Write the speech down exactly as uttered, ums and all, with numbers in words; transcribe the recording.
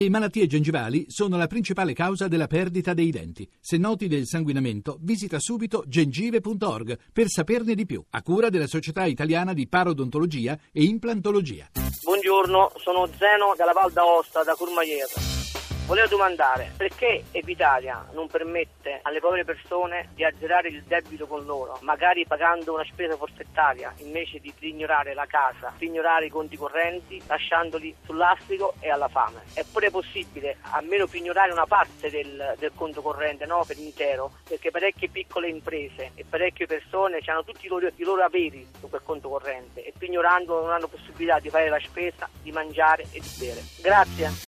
Le malattie gengivali sono la principale causa della perdita dei denti. Se noti del sanguinamento, visita subito gengive punto org per saperne di più, a cura della Società Italiana di Parodontologia e Implantologia. Buongiorno, sono Zeno dalla Val d'Aosta, da Courmayeur. Volevo domandare perché Equitalia non permette alle povere persone di azzerare il debito con loro, magari pagando una spesa forfettaria invece di ignorare la casa, di ignorare i conti correnti, lasciandoli sull'astrico e alla fame. È pure possibile almeno ignorare una parte del, del conto corrente, no per intero, perché parecchie piccole imprese e parecchie persone hanno tutti i loro, i loro averi su quel conto corrente e ignorando non hanno possibilità di fare la spesa, di mangiare e di bere. Grazie.